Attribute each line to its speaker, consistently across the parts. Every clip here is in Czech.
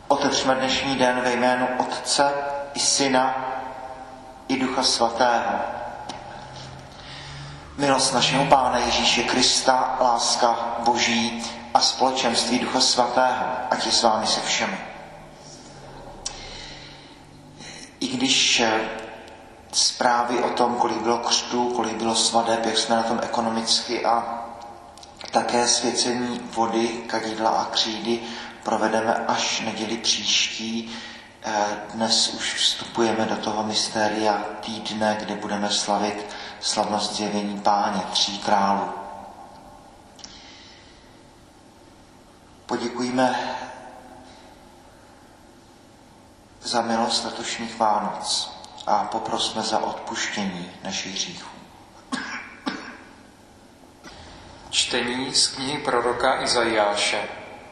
Speaker 1: Otevřme dnešní den ve jménu Otce i Syna i Ducha Svatého. Milost našeho Pána Ježíše Krista, láska Boží a společenství Ducha Svatého, ať je s vámi se všemi. I když zprávy o tom, kolik bylo křtů, kolik bylo svadeb, jak jsme na tom ekonomicky a také svěcení vody, kadidla a křídy provedeme až neděli příští. Dnes už vstupujeme do toho mystéria týdne, kdy budeme slavit slavnost zjevení Páně, 3 králů. Poděkujme za milost letošních Vánoc a poprosme za odpuštění našich hříchů.
Speaker 2: Čtení z knihy proroka Izajáše.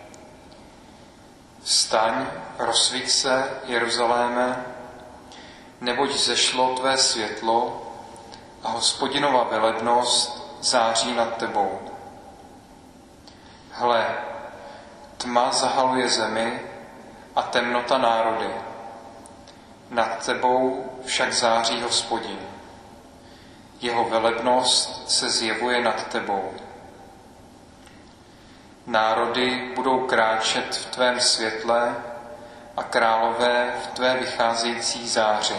Speaker 2: Vstaň, rozsvíť se, Jeruzaléme, neboť zešlo tvé světlo a Hospodinova velebnost září nad tebou. Hle, tma zahaluje zemi a temnota národy. Nad tebou však září Hospodin. Jeho velebnost se zjevuje nad tebou. Národy budou kráčet v tvém světle a králové v tvé vycházející záři.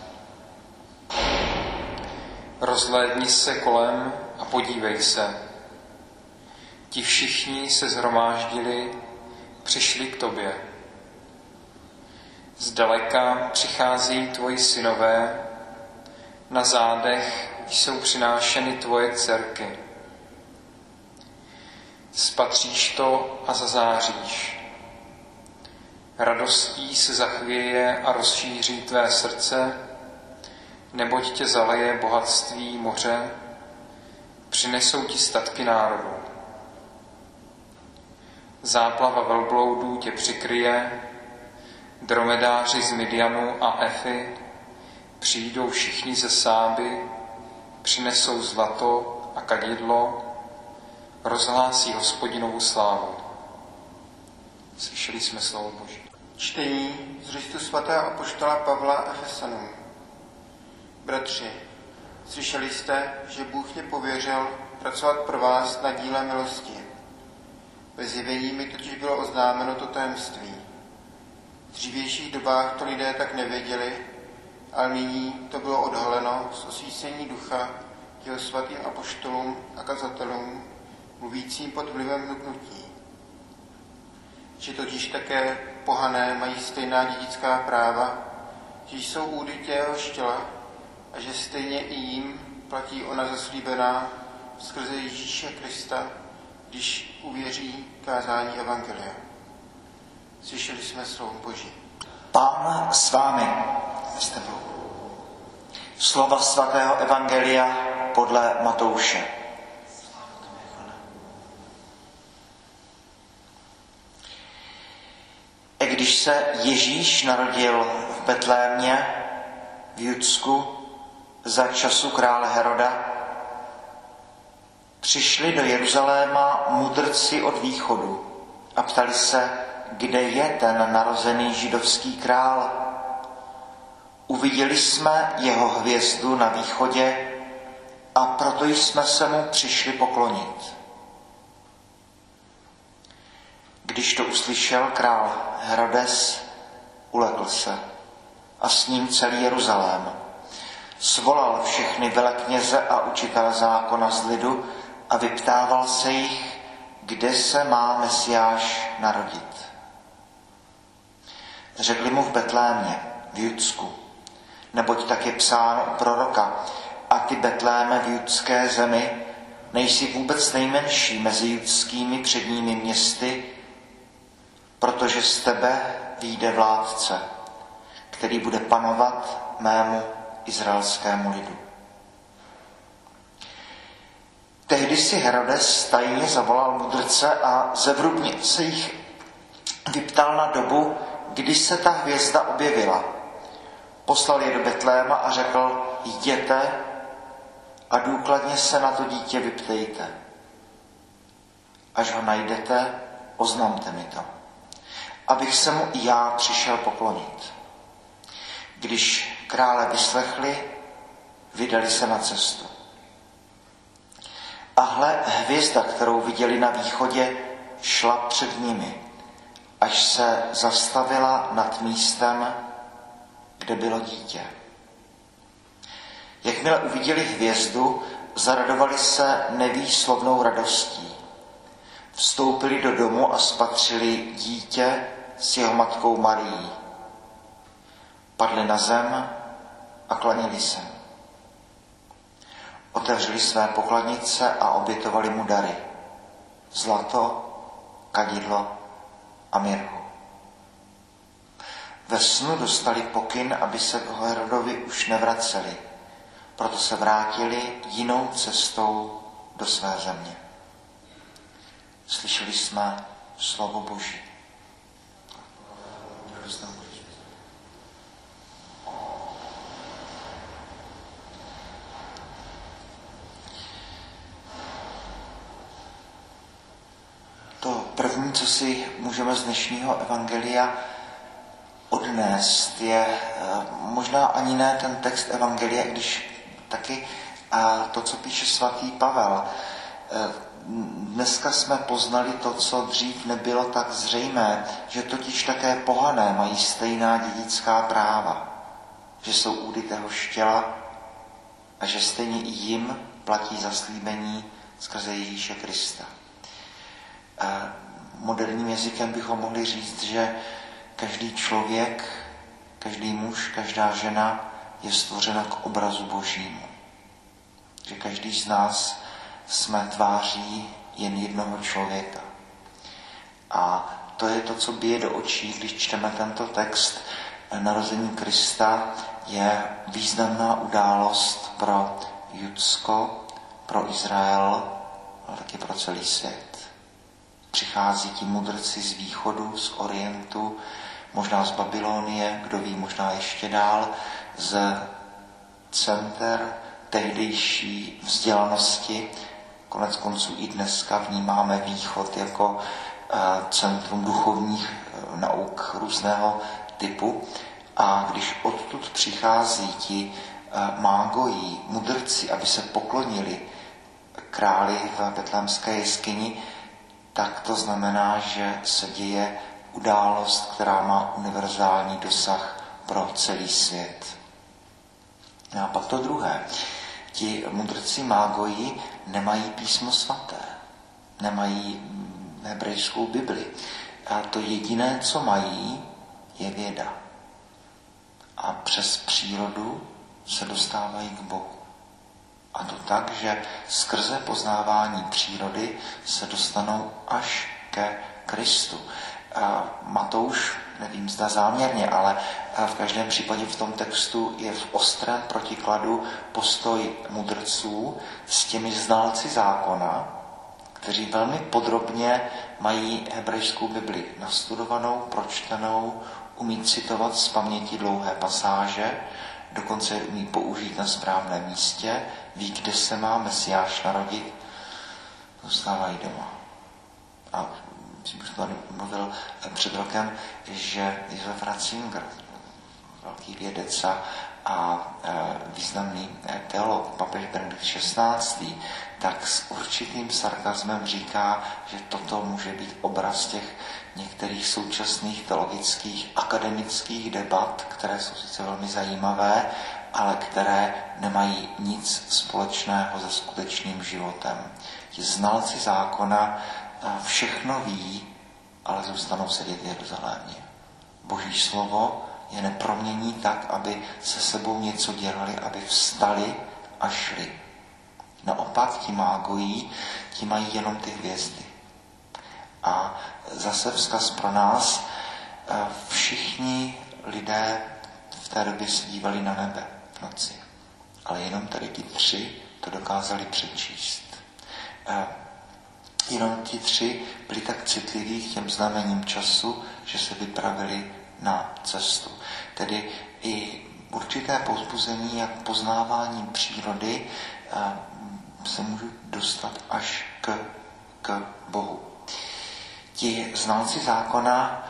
Speaker 2: Rozhlédni se kolem a podívej se. Ti všichni se shromáždili, přišli k tobě. Zdaleka přicházejí tvoji synové, na zádech jsou přinášeny tvoje dcerky. Spatříš to a zazáříš. Radostí se zachvěje a rozšíří tvé srdce, neboť tě zaleje bohatství moře, přinesou ti statky národů. Záplava velbloudů tě přikryje, dromedáři z Midianu a Efy, přijdou všichni ze Sáby, přinesou zlato a kadidlo, rozhlásí Hospodinovu slávu. Slyšeli jsme slovo Boží.
Speaker 3: Čtení z listu svatého apoštola Pavla Efesanům. Bratři, slyšeli jste, že Bůh mě pověřil pracovat pro vás na díle milosti. Ve zjevení mi totiž bylo oznámeno to tajemství. V dřívějších dobách to lidé tak nevěděli, ale nyní to bylo odhaleno z osvícení ducha jeho svatým apoštolům a kazatelům, mluvícím pod vlivem hnutí. Že totiž také pohané mají stejná dědická práva, že jsou údy těho těla a že stejně i jim platí ona zaslíbená skrze Ježíše Krista, když uvěří kázání evangelia. Slyšeli jsme slovo Boží.
Speaker 1: Pán s vámi. Slova svatého evangelia podle Matouše. Když se Ježíš narodil v Betlémě v Judsku za času krále Heroda, přišli do Jeruzaléma mudrci od východu a ptali se, kde je ten narozený židovský král. Uviděli jsme jeho hvězdu na východě a proto jsme se mu přišli poklonit. Když to uslyšel král Herodes, ulekl se a s ním celý Jeruzalém. Svolal všechny velekněze a učitele zákona z lidu a vyptával se jich, kde se má Mesiáš narodit. Řekli mu v Betlémě, v Judsku, neboť tak je psáno u proroka, a ty Betléme v judské zemi nejsi vůbec nejmenší mezi judskými předními městy, protože z tebe vyjde vládce, který bude panovat mému izraelskému lidu. Tehdy si Herodes tajně zavolal mudrce a zevrubně se jich vyptal na dobu, kdy se ta hvězda objevila. Poslal je do Betléma a řekl, jděte a důkladně se na to dítě vyptejte. Až ho najdete, oznamte mi to. abych se mu i já přišel poklonit. Když krále vyslechli, vydali se na cestu. A hle, hvězda, kterou viděli na východě, šla před nimi, až se zastavila nad místem, kde bylo dítě. Jakmile uviděli hvězdu, zaradovali se nevýslovnou radostí. Vstoupili do domu a spatřili dítě s jeho matkou Marií. Padli na zem a klaněli se. Otevřeli své pokladnice a obětovali mu dary. Zlato, kadidlo a mirhu. Ve snu dostali pokyn, aby se k Herodovi už nevraceli. Proto se vrátili jinou cestou do své země. Slyšeli jsme slovo Boží. To první, co si můžeme z dnešního evangelia odnést, je možná ani ne ten text evangelia, když taky to, co píše svatý Pavel. Dneska jsme poznali to, co dřív nebylo tak zřejmé, že totiž také pohané mají stejná dědická práva, že jsou údy téhož těla a že stejně i jim platí zaslíbení skrze Ježíše Krista. Moderním jazykem bychom mohli říct, že každý člověk, každý muž, každá žena je stvořena k obrazu Božímu. Že každý z nás jsme tváří jen jednoho člověka. A to je to, co bije do očí, když čteme tento text. Narození Krista je významná událost pro Judsko, pro Izrael, ale taky pro celý svět. Přichází ti mudrci z východu, z orientu, možná z Babylonie, kdo ví, možná ještě dál, z center tehdejší vzdělanosti. Konec konců i dneska vnímáme východ jako centrum duchovních nauk různého typu. A když odtud přichází ti mágojí, mudrci, aby se poklonili králi v betlémské jeskyni, tak to znamená, že se děje událost, která má univerzální dosah pro celý svět. A pak to druhé. Ti mudrci mágoji nemají písmo svaté, nemají hebrejskou Bibli. A to jediné, co mají, je věda. A přes přírodu se dostávají k Bohu. A to tak, že skrze poznávání přírody se dostanou až ke Kristu. Matouš, nevím, zda záměrně, ale v každém případě v tom textu je v ostrém protikladu postoj mudrců s těmi znalci zákona, kteří velmi podrobně mají hebrejskou Bibli nastudovanou, pročtenou, umí citovat z paměti dlouhé pasáže, dokonce je umí použít na správném místě, ví, kde se má Mesiáš narodit, zůstávají doma. A myslím, že jsem tady mluvil před rokem, že Josef Ratzinger, velký vědec a významný teolog, papež Benedikt XVI, tak s určitým sarkazmem říká, že toto může být obraz těch některých současných teologických akademických debat, které jsou sice velmi zajímavé, ale které nemají nic společného se skutečným životem. Ti znalci zákona všechno ví, ale zůstanou sedět v Jeruzalémě. Boží slovo je nepromění tak, aby se sebou něco dělali, aby vstali a šli. Naopak ti mágojí, ti mají jenom ty hvězdy. A zase vzkaz pro nás, všichni lidé v té době se dívali na nebe v noci. Ale jenom tady ti tři to dokázali přečíst. Jenom ti tři byli tak citliví k těm znamením času, že se vypravili na cestu. Tedy i určité povzbuzení, jak poznáváním přírody se můžu dostat až k Bohu. Ti znalci zákona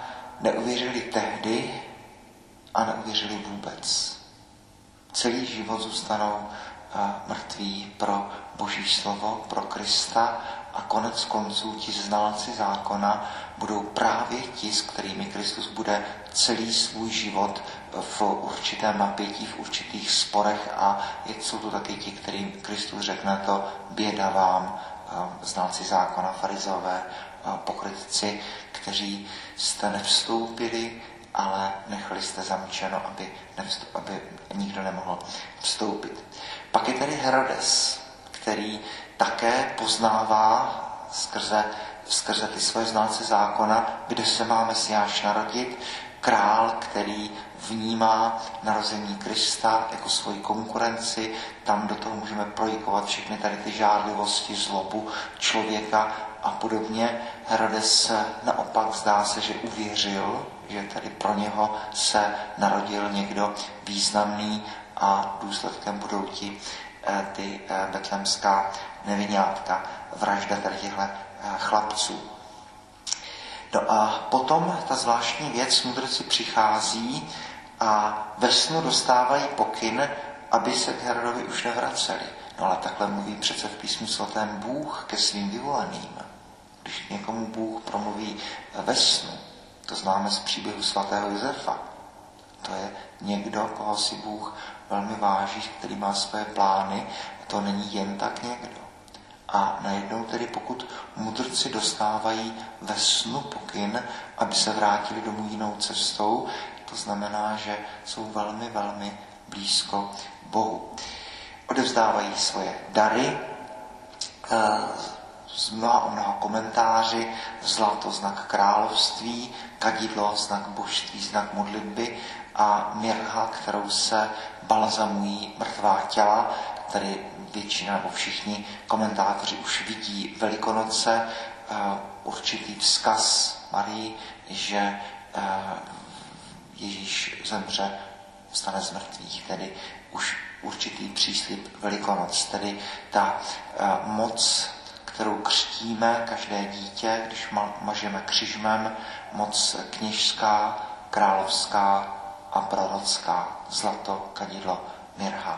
Speaker 1: neuvěřili tehdy a neuvěřili vůbec. Celý život zůstanou mrtví pro Boží slovo, pro Krista a konec konců ti znalci zákona budou právě ti, s kterými Kristus bude celý svůj život v určitém napětí, v určitých sporech a jsou to taky ti, kterým Kristus řekne to běda vám, znalci zákona, farizové, pokrytci, kteří jste nevstoupili, ale nechali jste zamčeno, aby nikdo nemohl vstoupit. Pak je tady Herodes, který také poznává skrze ty svoje znalce zákona, kde se má Mesiáš narodit, král, který vnímá narození Krista jako svoji konkurenci, tam do toho můžeme projikovat všechny tady ty žárlivosti, zlobu člověka a podobně. Herodes naopak zdá se, že uvěřil, že tady pro něho se narodil někdo významný a důsledkem budou ty betlemská neviňátka, vražda tady těchto chlapců. No a potom ta zvláštní věc, mudrci přichází a ve snu dostávají pokyn, aby se k Herodovi už nevraceli. No ale takhle mluví přece v písmu svatém Bůh ke svým vyvoleným. Když někomu Bůh promluví ve snu, to známe z příběhu svatého Josefa. To je někdo, koho si Bůh velmi váží, který má své plány, a to není jen tak někdo. A najednou tedy pokud mudrci dostávají ve snu pokyn, aby se vrátili domů jinou cestou, to znamená, že jsou velmi, velmi blízko Bohu. Odevzdávají svoje dary, z mnoha komentáři, zlato znak království, kadidlo znak božství, znak modlitby a mirha, kterou se balzamují mrtvá těla. Tady většina nebo všichni komentátoři už vidí Velikonoce, určitý vzkaz Marii, že Ježíš zemře, vstane z mrtvých, tedy už určitý příslib Velikonoc, tedy ta moc, kterou křtíme každé dítě, když mažeme křižmem, moc kněžská, královská a prorocká, zlato, kadidlo, mirha.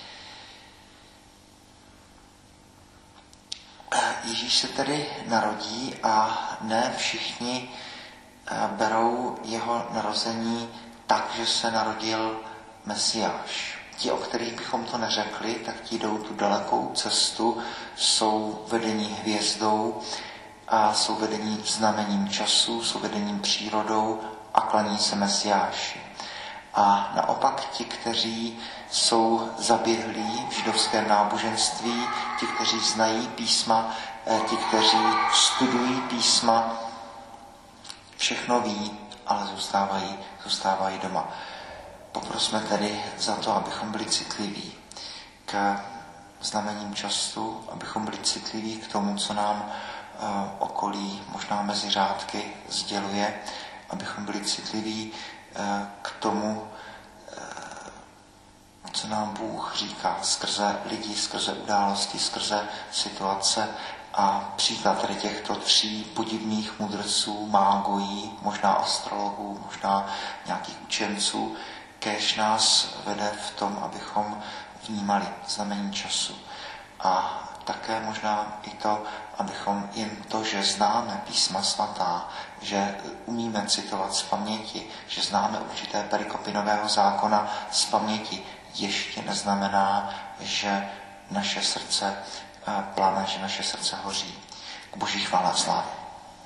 Speaker 1: Ježíš se tedy narodí a ne všichni berou jeho narození tak, že se narodil Mesiáš. Ti, o kterých bychom to neřekli, tak ti jdou tu dalekou cestu, jsou vedení hvězdou a jsou vedení znamením času, jsou vedením přírodou a klaní se Mesiáši. A naopak ti, kteří jsou zaběhlí v židovském náboženství, ti, kteří znají písma, ti, kteří studují písma, všechno ví, ale zůstávají doma. Poprosme tedy za to, abychom byli citliví k znamením času, abychom byli citliví k tomu, co nám okolí, možná mezi řádky, sděluje, abychom byli citliví k tomu, co nám Bůh říká skrze lidi, skrze události, skrze situace. A příklad tady těchto 3 podivných mudrců, mágojí, možná astrologů, možná nějakých učenců, kéž nás vede v tom, abychom vnímali znamení času. A také možná i to, abychom jen to, že známe písma svatá, že umíme citovat z paměti, že známe určité perikopy Nového zákona z paměti, ještě neznamená, že naše srdce plane, že naše srdce hoří. K Boží chvále a slávě.